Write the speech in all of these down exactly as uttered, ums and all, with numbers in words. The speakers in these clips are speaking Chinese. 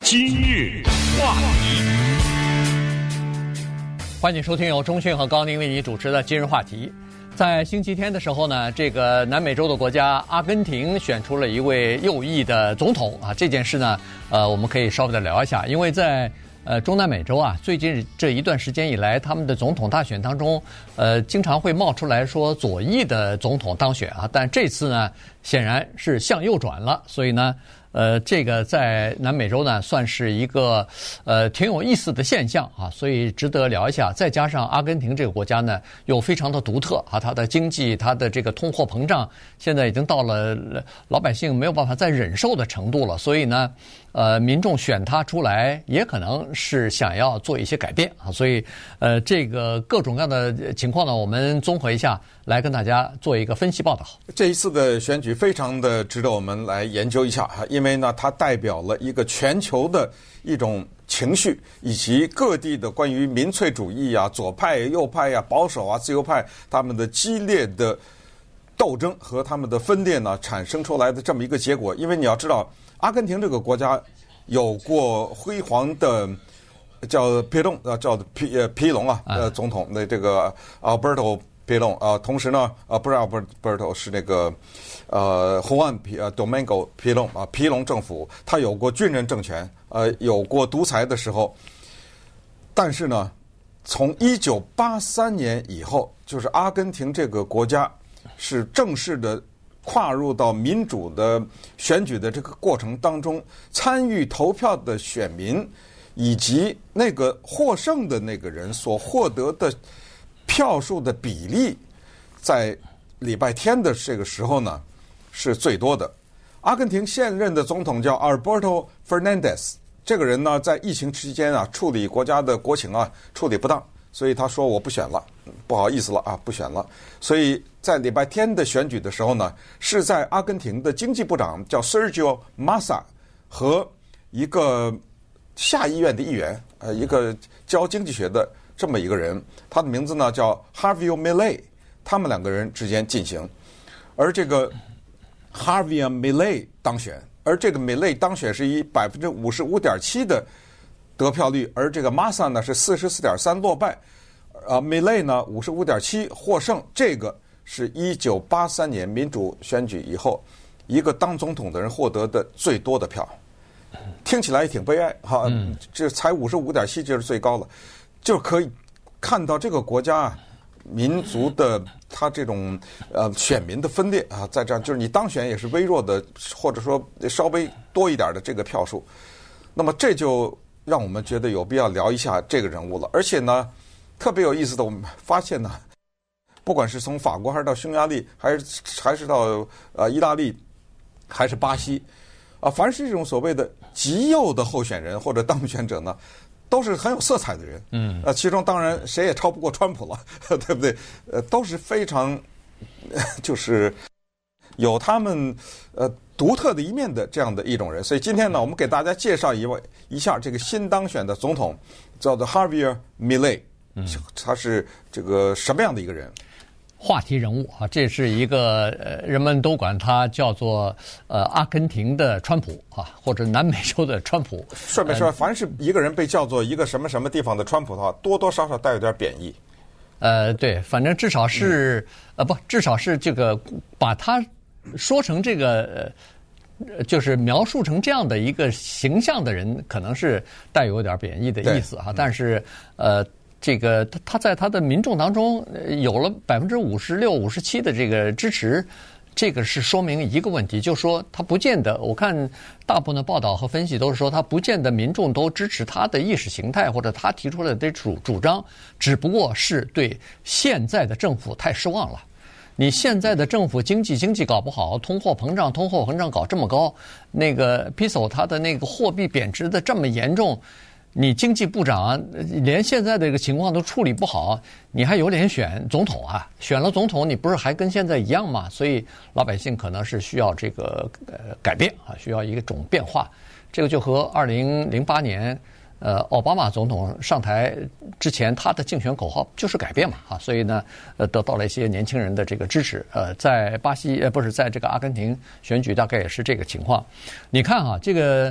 今日话题， 欢迎收听由钟迅和高宁为你主持的今日话题。在星期天的时候呢，这个南美洲的国家阿根廷选出了一位右翼的总统啊，这件事呢，呃，我们可以稍微的聊一下，因为在呃中南美洲啊，最近这一段时间以来，他们的总统大选当中，呃，经常会冒出来说左翼的总统当选啊，但这次呢，显然是向右转了，所以呢。呃，这个在南美洲呢，算是一个呃挺有意思的现象啊，所以值得聊一下。再加上阿根廷这个国家呢，又非常的独特啊，它的经济、它的这个通货膨胀，现在已经到了老百姓没有办法再忍受的程度了。所以呢，呃，民众选他出来，也可能是想要做一些改变啊。所以，呃，这个各种各样的情况呢，我们综合一下，来跟大家做一个分析报道。 这一次的选举非常的值得我们来研究一下哈，因为因为呢，它代表了一个全球的一种情绪，以及各地的关于民粹主义啊、左派、右派啊、保守啊、自由派他们的激烈的斗争和他们的分裂呢，产生出来的这么一个结果。因为你要知道，阿根廷这个国家有过辉煌的叫皮隆呃叫皮呃皮隆啊呃总统的这个 Alberto 皮隆啊，同时呢啊不是 Alberto 是那个。呃，胡安皮呃 Domingo 皮隆啊，皮隆政府，他有过军人政权，呃，有过独裁的时候，但是呢，从一九八三年以后，就是阿根廷这个国家是正式的跨入到民主的选举的这个过程当中，参与投票的选民以及那个获胜的那个人所获得的票数的比例，在礼拜天的这个时候呢。是最多的。阿根廷现任的总统叫 Alberto Fernandez， 这个人呢，在疫情期间啊，处理国家的国情啊，处理不当，所以他说我不选了，不好意思了啊，不选了。所以在礼拜天的选举的时候呢，是在阿根廷的经济部长叫 Sergio Massa 和一个下议院的议员，呃，一个教经济学的这么一个人，他的名字呢叫 Javier Milei， 他们两个人之间进行，而这个。Javier Milei 当选，而这个 Milei 当选是以百分之五十五点七的得票率，而这个 Massa 呢是四十四点三落败，啊 Milei 呢五十五点七获胜，这个是一九八三年民主选举以后一个当总统的人获得的最多的票，听起来也挺悲哀哈，嗯、这才五十五点七就是最高了，就可以看到这个国家啊。民族的他这种呃选民的分裂啊，在这样就是你当选也是微弱的，或者说稍微多一点的这个票数，那么这就让我们觉得有必要聊一下这个人物了。而且呢，特别有意思的，我们发现呢，不管是从法国还是到匈牙利，还是还是到呃意大利，还是巴西，啊，凡是这种所谓的极右的候选人或者当选者呢。都是很有色彩的人，嗯，呃，其中当然谁也超不过川普了，对不对？呃，都是非常，就是有他们呃独特的一面的这样的一种人。所以今天呢，我们给大家介绍一位一下这个新当选的总统，叫做 Javier Milei，嗯，他是这个什么样的一个人？ 话题人物啊，这是一个呃，人们都管他叫做呃阿根廷的川普啊，或者南美洲的川普。 顺便说，凡是一个人被叫做一个什么什么地方的川普的话，多多少少带有点贬义。 呃，对，反正至少是、嗯、呃不，至少是这个把他说成这个呃，就是描述成这样的一个形象的人，可能是带有点贬义的意思哈。但是呃。这个他他在他的民众当中有了百分之五十六、五十七的这个支持，这个是说明一个问题，就是说他不见得，我看大部分的报道和分析都是说他不见得民众都支持他的意识形态或者他提出来的主主张，只不过是对现在的政府太失望了。你现在的政府经济经济搞不好，通货膨胀通货膨胀搞这么高，那个 peso 它的那个货币贬值的这么严重。你经济部长连现在的这个情况都处理不好，你还有脸选总统啊？选了总统，你不是还跟现在一样吗？所以老百姓可能是需要这个呃改变啊，需要一种变化。这个就和二零零八年呃奥巴马总统上台之前他的竞选口号就是改变嘛啊，所以呢呃得到了一些年轻人的这个支持。呃，在巴西呃不是在这个阿根廷选举大概也是这个情况。你看啊，这个。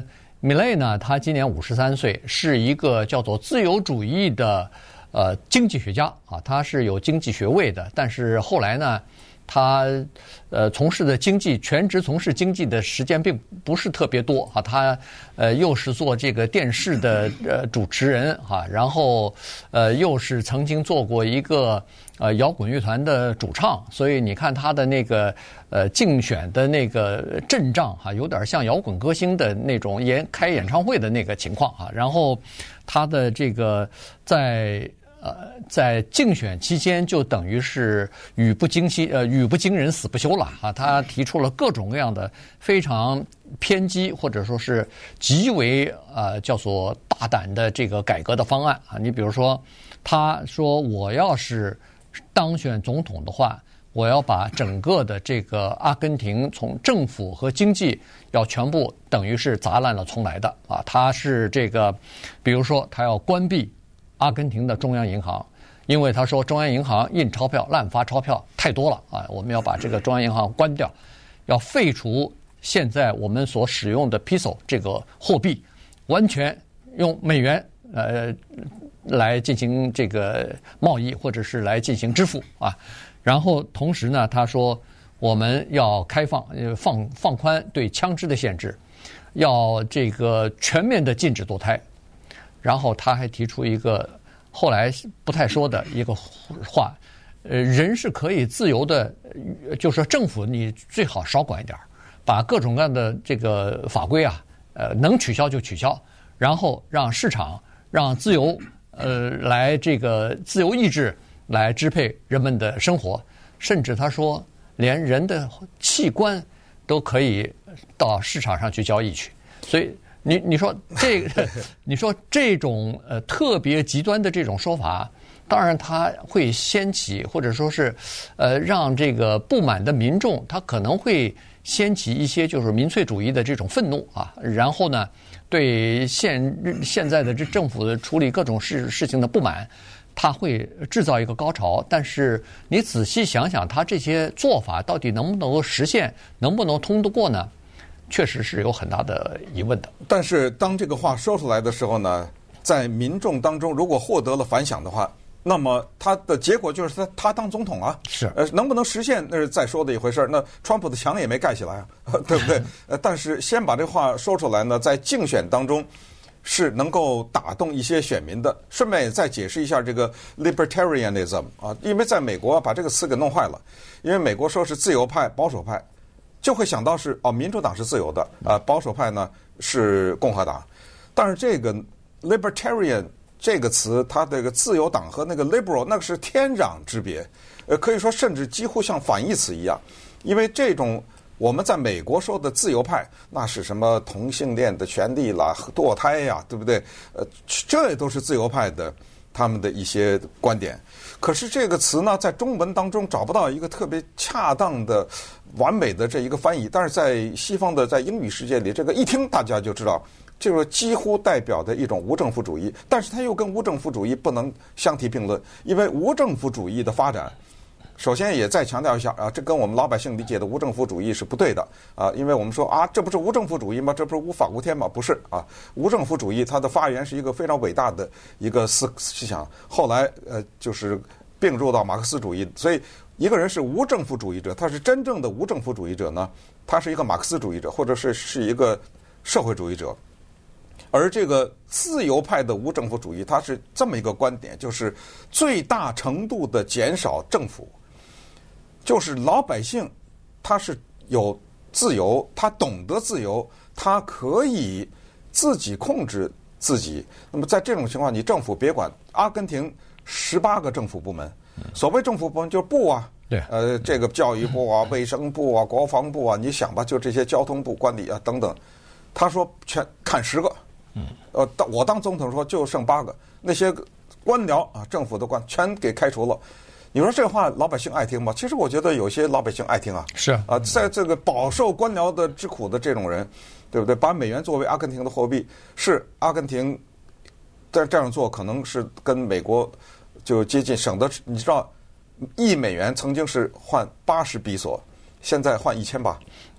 米勒呢，他今年五十三岁，是一个叫做自由主义的呃经济学家啊，他是有经济学位的，但是后来呢，他呃从事的经济全职从事经济的时间并不是特别多啊，他呃又是做这个电视的呃主持人啊，然后呃又是曾经做过一个呃摇滚乐团的主唱，所以你看他的那个呃竞选的那个阵仗哈、啊，有点像摇滚歌星的那种演开演唱会的那个情况啊，然后他的这个在。呃，在竞选期间就等于是语不惊心，呃，语不惊人死不休了啊！他提出了各种各样的非常偏激或者说是极为呃叫做大胆的这个改革的方案啊。你比如说，他说我要是当选总统的话，我要把整个的这个阿根廷从政府和经济要全部等于是砸烂了重来的啊。他是这个，比如说他要关闭阿根廷的中央银行，因为他说中央银行印钞票、滥发钞票太多了啊，我们要把这个中央银行关掉，要废除现在我们所使用的 peso 这个货币，完全用美元呃来进行这个贸易或者是来进行支付啊。然后同时呢，他说我们要开放放放宽对枪支的限制，要这个全面的禁止堕胎。然后他还提出一个后来不太说的一个话，呃，人是可以自由的，就是说政府你最好少管一点，把各种各样的这个法规啊，呃，能取消就取消，然后让市场、让自由，呃，来这个自由意志来支配人们的生活，甚至他说连人的器官都可以到市场上去交易去，所以。你你说这个，你说这种呃特别极端的这种说法，当然它会掀起或者说是，呃让这个不满的民众他可能会掀起一些就是民粹主义的这种愤怒啊，然后呢对现现在的这政府的处理各种事事情的不满，他会制造一个高潮。但是你仔细想想，他这些做法到底能不能够实现，能不能通得过呢？确实是有很大的疑问的。 但是当这个话说出来的时候呢，在民众当中如果获得了反响的话，那么他的结果就是他他当总统啊， 是呃能不能实现那是再说的一回事。那川普的墙也没盖起来啊，对不对？呃，但是先把这话说出来呢，在竞选当中是能够打动一些选民的。顺便也再解释一下这个 libertarianism 啊，因为在美国把这个词给弄坏了，因为美国说是自由派、保守派。就会想到是哦，民主党是自由的，啊，保守派呢是共和党，但是这个 libertarian 这个词，它这个自由党和那个 liberal 那个是天壤之别，呃，可以说甚至几乎像反义词一样，因为这种我们在美国说的自由派，那是什么同性恋的权利啦、堕胎呀，对不对？呃，这都是自由派的他们的一些观点。可是这个词呢，在中文当中找不到一个特别恰当的、完美的这一个翻译，但是在西方的在英语世界里，这个一听大家就知道，这个几乎代表的一种无政府主义，但是它又跟无政府主义不能相提并论，因为无政府主义的发展，首先也再强调一下啊，这跟我们老百姓理解的无政府主义是不对的啊，因为我们说啊，这不是无政府主义吗？这不是无法无天吗？不是啊，无政府主义它的发源是一个非常伟大的一个思思想，后来呃就是并入到马克思主义，所以一个人是无政府主义者，他是真正的无政府主义者呢，他是一个马克思主义者，或者是是一个社会主义者。而这个自由派的无政府主义，它是这么一个观点，就是最大程度的减少政府，就是老百姓他是有自由，他懂得自由，他可以自己控制自己。那么在这种情况，你政府别管。阿根廷十八个政府部门，所谓政府部门就是部啊， 对， 呃，这个教育部啊、卫生部啊、国防部啊，你想吧，就这些交通部管理啊等等。他说全砍十个，嗯，呃，我当总统说就剩八个，那些官僚啊，政府的官全给开除了。你说这话老百姓爱听吗？其实我觉得有些老百姓爱听啊， 是啊，在这个饱受官僚的之苦的这种人，对不对？把美元作为阿根廷的货币，是阿根廷在这样做可能是跟美国就接近，省得你知道，一美元曾经是换八十比索，现在换一千吧。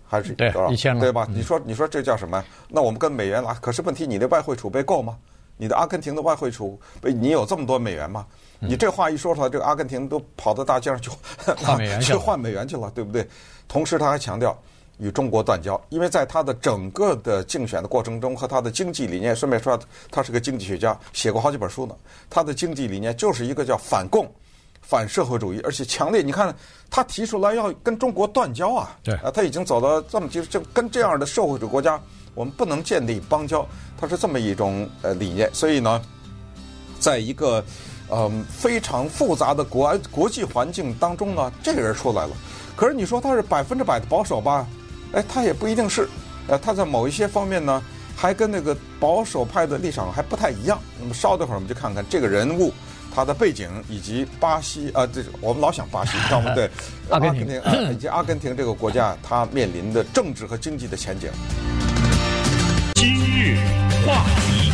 还是对多少？ 一千了， 对吧？你说你说这叫什么？那我们跟美元拿，可是问题你的外汇储备够吗？你的阿根廷的外汇储备，你有这么多美元吗？你这话一说出来，这个阿根廷都跑到大街上去换美元去去换美元去了，对不对？同时他还强调与中国断交，因为在他的整个的竞选的过程中和他的经济理念，顺便说他是个经济学家，写过好几本书呢。他的经济理念就是一个叫反共、反社会主义，而且强烈。你看他提出来要跟中国断交啊， 对啊，他已经走到这么就就跟这样的社会主义国家，我们不能建立邦交，他是这么一种呃理念。所以呢，在一个嗯非常复杂的国国际环境当中呢，这个人出来了。可是你说他是百分之百的保守吧？哎，他也不一定是。呃，他在某一些方面呢，还跟那个保守派的立场还不太一样。那么稍等会儿我们就看看这个人物他的背景以及巴西啊，这我们老想巴西，知道吗？对， 阿根廷啊以及阿根廷这个国家，它面临的政治和经济的前景。 今日话题，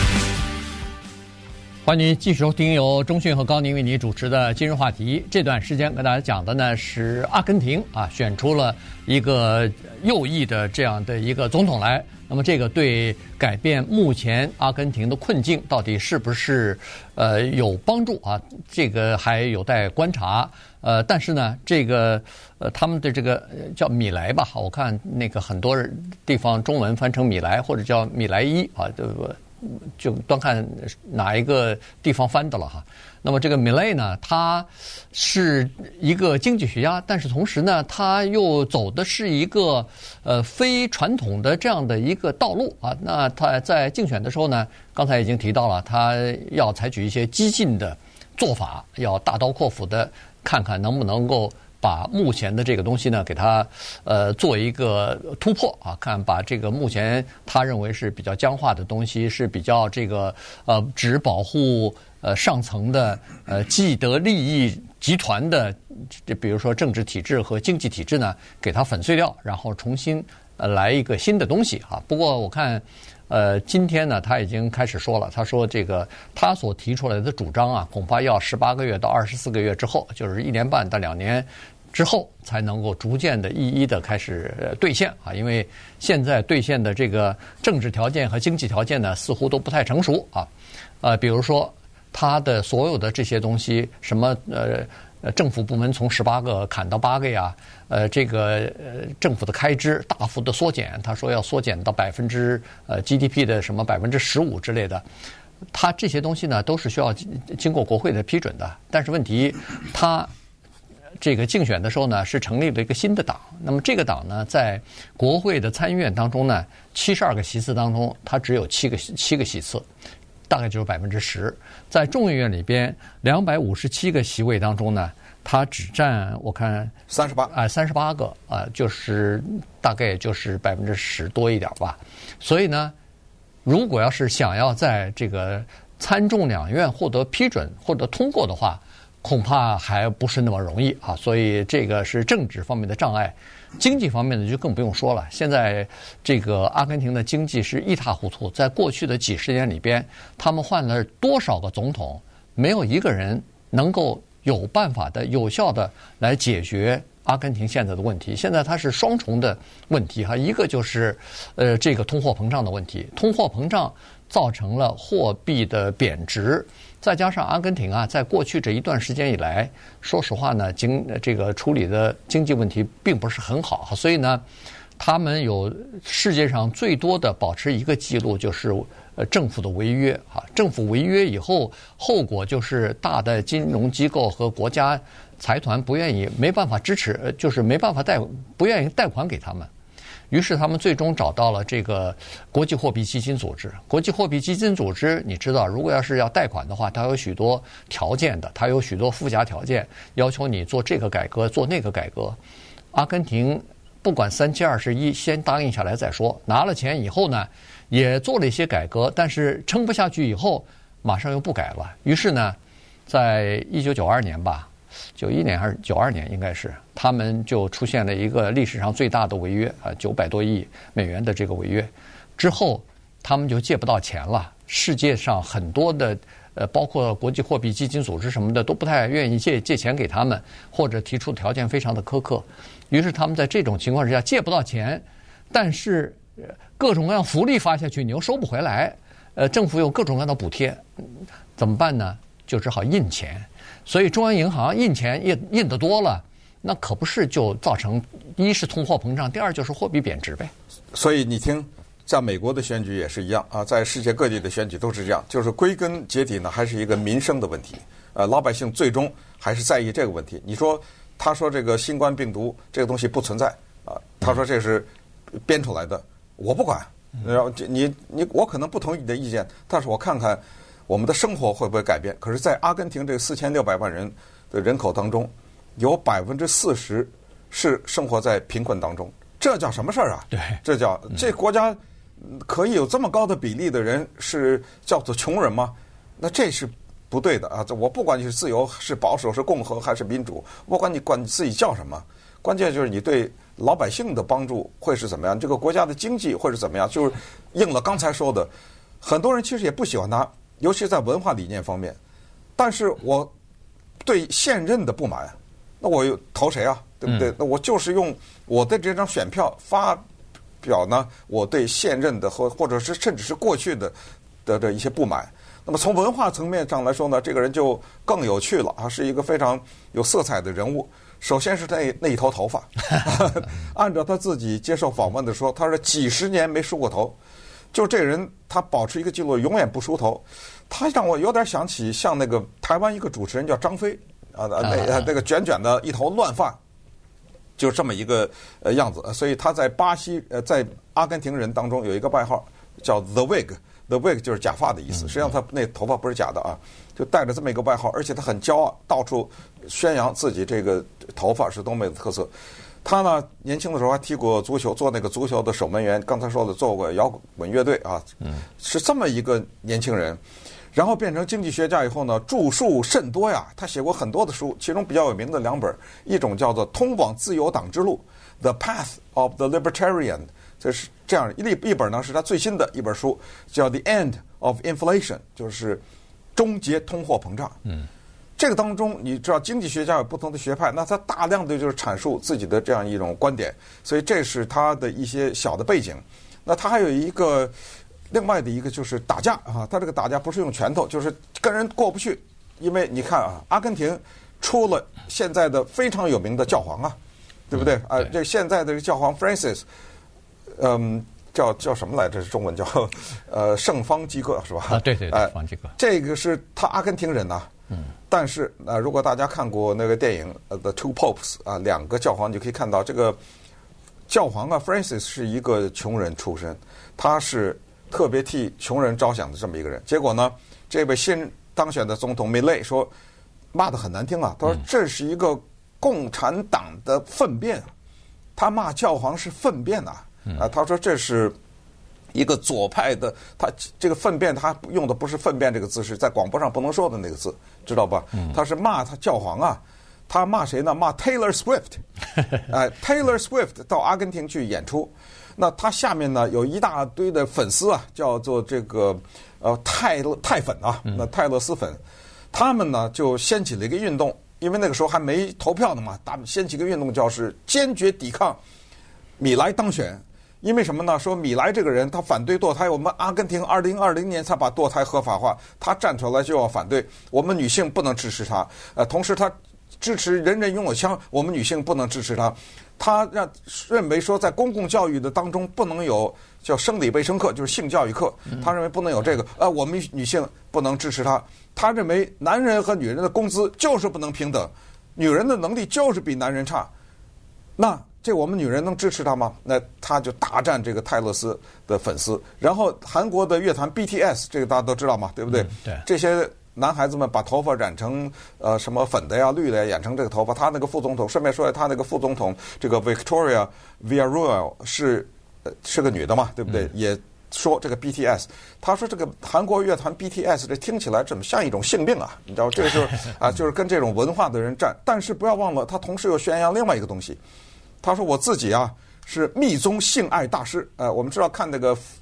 欢迎继续收听由钟迅和高宁为你主持的今日话题。这段时间跟大家讲的呢是阿根廷啊，选出了一个右翼的这样的一个总统来。那么这个对改变目前阿根廷的困境到底是不是呃有帮助啊？这个还有待观察。呃，但是呢，这个呃他们的这个叫米莱吧，我看那个很多地方中文翻成米莱或者叫米莱伊啊，对不？就端看哪一个地方翻的了哈。那么这个 Milei 呢，他是一个经济学家，但是同时呢，他又走的是一个呃非传统的这样的一个道路啊。那他在竞选的时候呢，刚才已经提到了，他要采取一些激进的做法，要大刀阔斧的看看能不能够把目前的这个东西呢，给它呃做一个突破啊，看把这个目前他认为是比较僵化的东西，是比较这个呃只保护呃上层的呃既得利益集团的，这比如说政治体制和经济体制呢，给它粉碎掉，然后重新呃来一个新的东西啊。不过我看。呃，今天呢，他已经开始说了。他说，这个他所提出来的主张啊，恐怕要十八个月到二十四个月之后，就是一年半到两年之后，才能够逐渐的一一的开始兑现啊。因为现在兑现的这个政治条件和经济条件呢，似乎都不太成熟啊。呃，比如说他的所有的这些东西，什么呃。呃，政府部门从十八个砍到八个呀，呃，这个呃政府的开支大幅的缩减，他说要缩减到百分之呃 G D P 的什么百分之十五之类的，他这些东西呢都是需要经过国会的批准的。但是问题，他这个竞选的时候呢是成立了一个新的党，那么这个党呢在国会的参议院当中呢，七十二个席次当中，它只有七个七个席次。大概就是百分之十，在众议院里边两百五十七个席位当中呢，它只占我看三十八啊三十八个啊，就是大概就是百分之十多一点吧。所以呢，如果要是想要在这个参众两院获得批准或者通过的话，恐怕还不是那么容易啊。所以这个是政治方面的障碍。经济方面的就更不用说了，现在这个阿根廷的经济是一塌糊涂，在过去的几十年里边，他们换了多少个总统，没有一个人能够有办法的、有效的来解决阿根廷现在的问题。现在它是双重的问题哈，一个就是呃这个通货膨胀的问题，通货膨胀造成了货币的贬值。再加上阿根廷啊，在过去这一段时间以来，说实话呢，经这个处理的经济问题并不是很好，所以呢，他们有世界上最多的保持一个记录，就是呃政府的违约啊。政府违约以后，后果就是大的金融机构和国家财团不愿意，没办法支持，就是没办法贷，不愿意贷款给他们。于是他们最终找到了这个国际货币基金组织。国际货币基金组织，你知道，如果要是要贷款的话，它有许多条件的，它有许多附加条件，要求你做这个改革，做那个改革。阿根廷不管三七二十一，先答应下来再说。拿了钱以后呢，也做了一些改革，但是撑不下去以后，马上又不改了。于是呢，在一九九二年吧。九一年还是九二年，应该是他们就出现了一个历史上最大的违约啊，九百多亿美元的这个违约之后，他们就借不到钱了。世界上很多的呃，包括国际货币基金组织什么的都不太愿意借借钱给他们，或者提出条件非常的苛刻。于是他们在这种情况之下借不到钱，但是各种各样福利发下去，你又收不回来。呃，政府有各种各样的补贴，怎么办呢？就只好印钱。所以中央银行印钱印印得多了，那可不是就造成一是通货膨胀，第二就是货币贬值呗。 所以你听，在美国的选举也是一样啊，在世界各地的选举都是这样，就是归根结底呢，还是一个民生的问题。呃，老百姓最终还是在意这个问题。你说，他说这个新冠病毒这个东西不存在啊，他说这是编出来的，我不管。然后你你我可能不同意你的意见，但是我看看我们的生活会不会改变。可是，在阿根廷这四千六百万人的人口当中，有百分之四十是生活在贫困当中，这叫什么事儿啊？ 对， 这叫这国家可以有这么高的比例的人是叫做穷人吗？那这是不对的啊！我不管你是自由、是保守、是共和还是民主，不管你管你自己叫什么，关键就是你对老百姓的帮助会是怎么样，这个国家的经济会是怎么样？就是应了刚才说的，很多人其实也不喜欢他，尤其在文化理念方面。但是我对现任的不满，那我投谁啊？对不对？那我就是用我的这张选票发表呢，我对现任的或或者是甚至是过去的的这一些不满。那么从文化层面上来说呢，这个人就更有趣了啊，是一个非常有色彩的人物。首先是那那一头头发，按照他自己接受访问的说，他说几十年没梳过头，就这人他保持一个记录，永远不梳头。他让我有点想起像那个台湾一个主持人叫张飞啊，那那个卷卷的一头乱发，就这么一个呃样子。所以他在巴西呃在阿根廷人当中有一个外号叫 The Wig。The wig 就是假发的意思，实际上他那头发不是假的啊，就带着这么一个外号，而且他很骄傲，到处宣扬自己这个头发是东北的特色。他呢年轻的时候还踢过足球，做那个足球的守门员，刚才说的做过摇滚乐队啊，是这么一个年轻人。然后变成经济学家以后呢，著述甚多呀，他写过很多的书，其中比较有名的两本，一种叫做《通往自由党之路》The Path of the Libertarian， 这是这样一一本呢是他最新的一本书，叫 The End of Inflation， 就是终结通货膨胀。嗯，这个当中你知道经济学家有不同的学派，那他大量的就是阐述自己的这样一种观点，所以这是他的一些小的背景。那他还有一个另外的一个就是打架啊，他这个打架不是用拳头，就是跟人过不去，因为你看啊，阿根廷出了现在的非常有名的教皇啊，对不对？啊，这现在的这个教皇 Francis， 嗯，叫叫什么来着？中文叫呃圣方济各是吧？ 啊，对对对，方济各。 这个是他阿根廷人呐、啊。嗯。但是啊、呃，如果大家看过那个电影呃《The Two Popes》啊，两个教皇，你就可以看到这个教皇啊 ，Francis 是一个穷人出身，他是特别替穷人着想的这么一个人。结果呢，这位新当选的总统米雷说，骂得很难听啊，他说这是一个共产党的粪便，他骂教皇是粪便呐、啊，啊，他说这是一个左派的，他这个粪便他用的不是粪便这个字，是在广播上不能说的那个字，知道吧？他是骂他教皇啊。他骂谁呢？骂 Taylor Swift， 哎 ，Taylor Swift 到阿根廷去演出，那他下面呢有一大堆的粉丝啊，叫做这个呃泰勒泰粉啊，那泰勒斯粉，他们呢就掀起了一个运动，因为那个时候还没投票呢嘛，他们掀起一个运动，叫是坚决抵抗米莱当选。因为什么呢？说米莱这个人他反对堕胎，我们阿根廷二零二零年才把堕胎合法化，他站出来就要反对，我们女性不能支持他。呃，同时他支持人人拥有枪，我们女性不能支持他。他让认为说，在公共教育的当中不能有叫生理卫生课，就是性教育课。他认为不能有这个，呃，我们女性不能支持他。他认为男人和女人的工资就是不能平等，女人的能力就是比男人差。那这我们女人能支持他吗？那他就大战这个泰勒斯的粉丝。然后韩国的乐团 B T S， 这个大家都知道嘛，对不对？ 嗯、对， 这些男孩子们把头发染成呃什么粉的呀、绿的呀，染成这个头发。他那个副总统，顺便说一下，他那个副总统这个 Victoria Villarreal 是呃是个女的嘛，对不对？嗯、也说这个 B T S， 他说这个韩国乐团 B T S 这听起来怎么像一种性病啊？你知道，这个就是啊，就是跟这种文化的人战。但是不要忘了，他同时又宣扬另外一个东西。他说我自己啊是密宗性爱大师。呃，我们知道看那个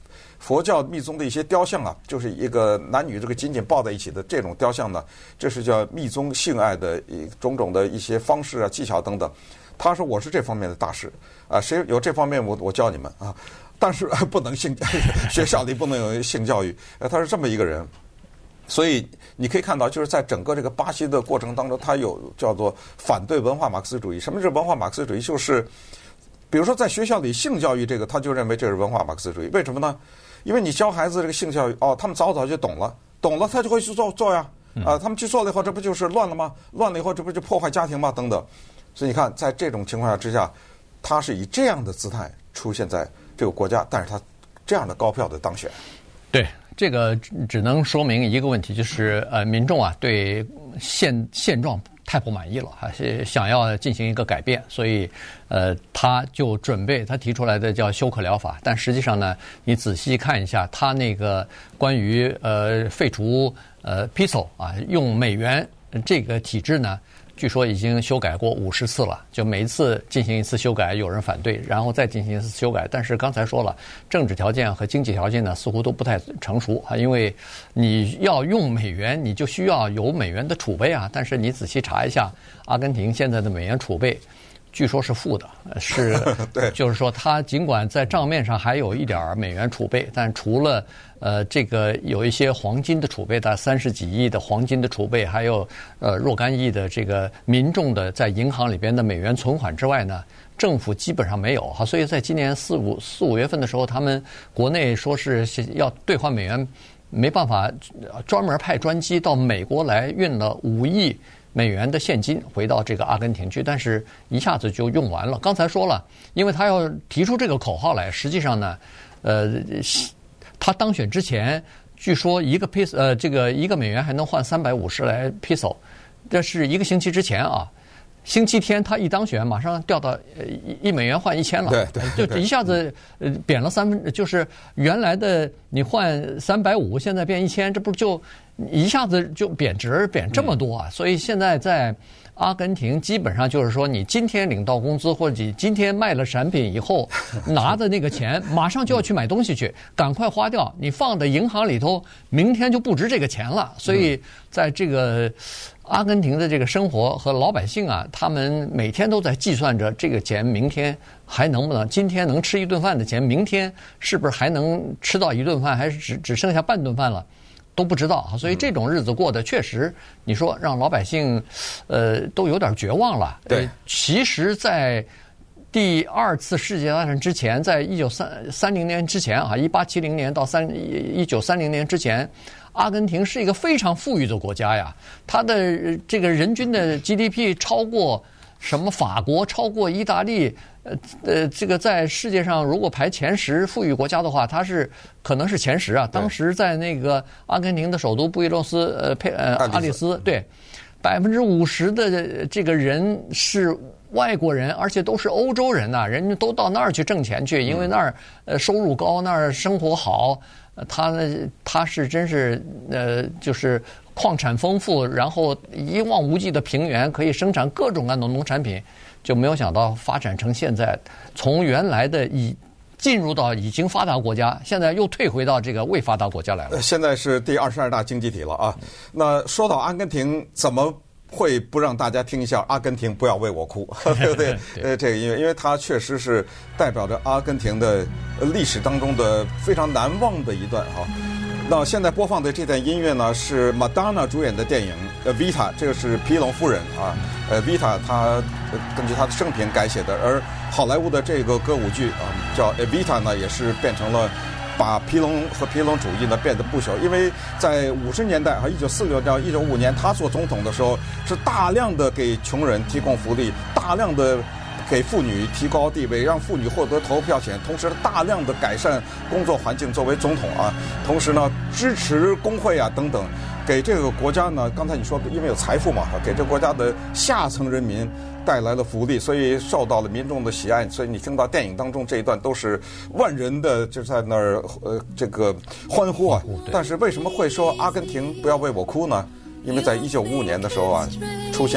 佛教密宗的一些雕像啊，就是一个男女这个紧紧抱在一起的这种雕像呢，这是叫密宗性爱的种种的一些方式啊、技巧等等。他说我是这方面的大师啊，谁有这方面我我教你们啊，但是不能性学校里不能有性教育，呃，他是这么一个人。所以你可以看到，就是在整个这个巴西的过程当中，他有叫做反对文化马克思主义。什么是文化马克思主义？就是比如说在学校里性教育这个，他就认为这是文化马克思主义。为什么呢？因为你教孩子这个性教育，哦，他们早早就懂了，懂了他就会去做做呀，啊，他们去做了以后，这不就是乱了吗？乱了以后，这不就破坏家庭吗？等等。所以你看，在这种情况下之下，他是以这样的姿态出现在这个国家，但是他这样的高票的当选。 对。这个只能说明一个问题，就是呃，民众啊对现现状太不满意了，还是想要进行一个改变，所以呃，他就准备他提出来的叫休克疗法。但实际上呢，你仔细看一下他那个关于呃废除呃 peso 啊用美元这个体制呢，据说已经修改过五十次了，就每一次进行一次修改，有人反对，然后再进行一次修改。但是刚才说了，政治条件和经济条件呢，似乎都不太成熟啊，因为你要用美元，你就需要有美元的储备啊。但是你仔细查一下，阿根廷现在的美元储备，据说是负的，是， 对， 就是说它尽管在账面上还有一点美元储备，但除了呃这个有一些黄金的储备，大概三十几亿的黄金的储备，还有呃若干亿的这个民众的在银行里边的美元存款之外呢，政府基本上没有哈。所以在今年四五四五月份的时候，他们国内说是要兑换美元，没办法，专门派专机到美国来运了五亿美元的现金回到这个阿根廷去，但是一下子就用完了。刚才说了，因为他要提出这个口号来，实际上呢，呃，他当选之前，据说一个 peso 呃，这个一个美元还能换三百五十来 peso， 这是一个星期之前啊。星期天他一当选，马上掉到呃一美元换一千了， 对对， 就一下子呃贬了三分，就是原来的你换三百五，现在变一千，这不就一下子就贬值贬这么多啊？所以现在在阿根廷基本上就是说，你今天领到工资或者你今天卖了产品以后拿的那个钱，马上就要去买东西去，赶快花掉，你放在银行里头，明天就不值这个钱了。所以在这个阿根廷的这个生活和老百姓啊，他们每天都在计算着这个钱明天还能不能，今天能吃一顿饭的钱，明天是不是还能吃到一顿饭，还是只只剩下半顿饭了，都不知道。所以这种日子过得确实，你说让老百姓，呃，都有点绝望了。 对， 其实，在第二次世界大战之前，在一九三三零年之前啊，一八七零年到三一九三零年之前，阿根廷是一个非常富裕的国家呀，它的这个人均的 G D P 超过什么法国，超过意大利，呃呃，这个在世界上如果排前十富裕国家的话，它是可能是前十啊。当时在那个阿根廷的首都布宜诺斯呃佩呃阿里斯，对，百分之五十的这个人是外国人，而且都是欧洲人呐、啊，人家都到那儿去挣钱去，因为那儿呃收入高，那儿生活好。他呢，他是真是呃，就是矿产丰富，然后一望无际的平原，可以生产各种各样的农产品，就没有想到发展成现在，从原来的已进入到已经发达国家，现在又退回到这个未发达国家来了。 现在是第二十二大经济体了啊。那说到阿根廷，怎么会不让大家听一下阿根廷不要为我哭，对不对？呃，这个因为因为它确实是代表着阿根廷的历史当中的非常难忘的一段哈。那现在播放的这段音乐呢，是马丹娜主演的电影《Evita》，这个是皮隆夫人啊。呃，Evita 她根据她的生平改写的，而好莱坞的这个歌舞剧啊叫《Evita》呢，也是变成了。把皮隆和皮隆主义呢变得不朽，因为在五十年代和一九四六到一九五五年他做总统的时候，是大量的给穷人提供福利，大量的给妇女提高地位，让妇女获得投票权，同时大量的改善工作环境作为总统啊，同时呢支持工会啊等等，给这个国家呢，刚才你说因为有财富嘛，给这个国家的下层人民带来了福利，所以受到了民众的喜爱。所以你听到电影当中这一段都是万人的就在那儿呃这个欢呼啊。但是为什么会说阿根廷不要为我哭呢？因为在一九五五年的时候啊，出现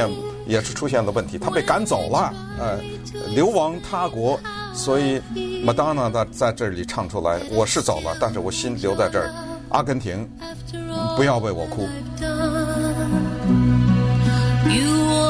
也是出现了问题，他被赶走了，呃，流亡他国，所以麦当娜在在这里唱出来，我是走了，但是我心留在这儿，阿根廷，不要为我哭。 You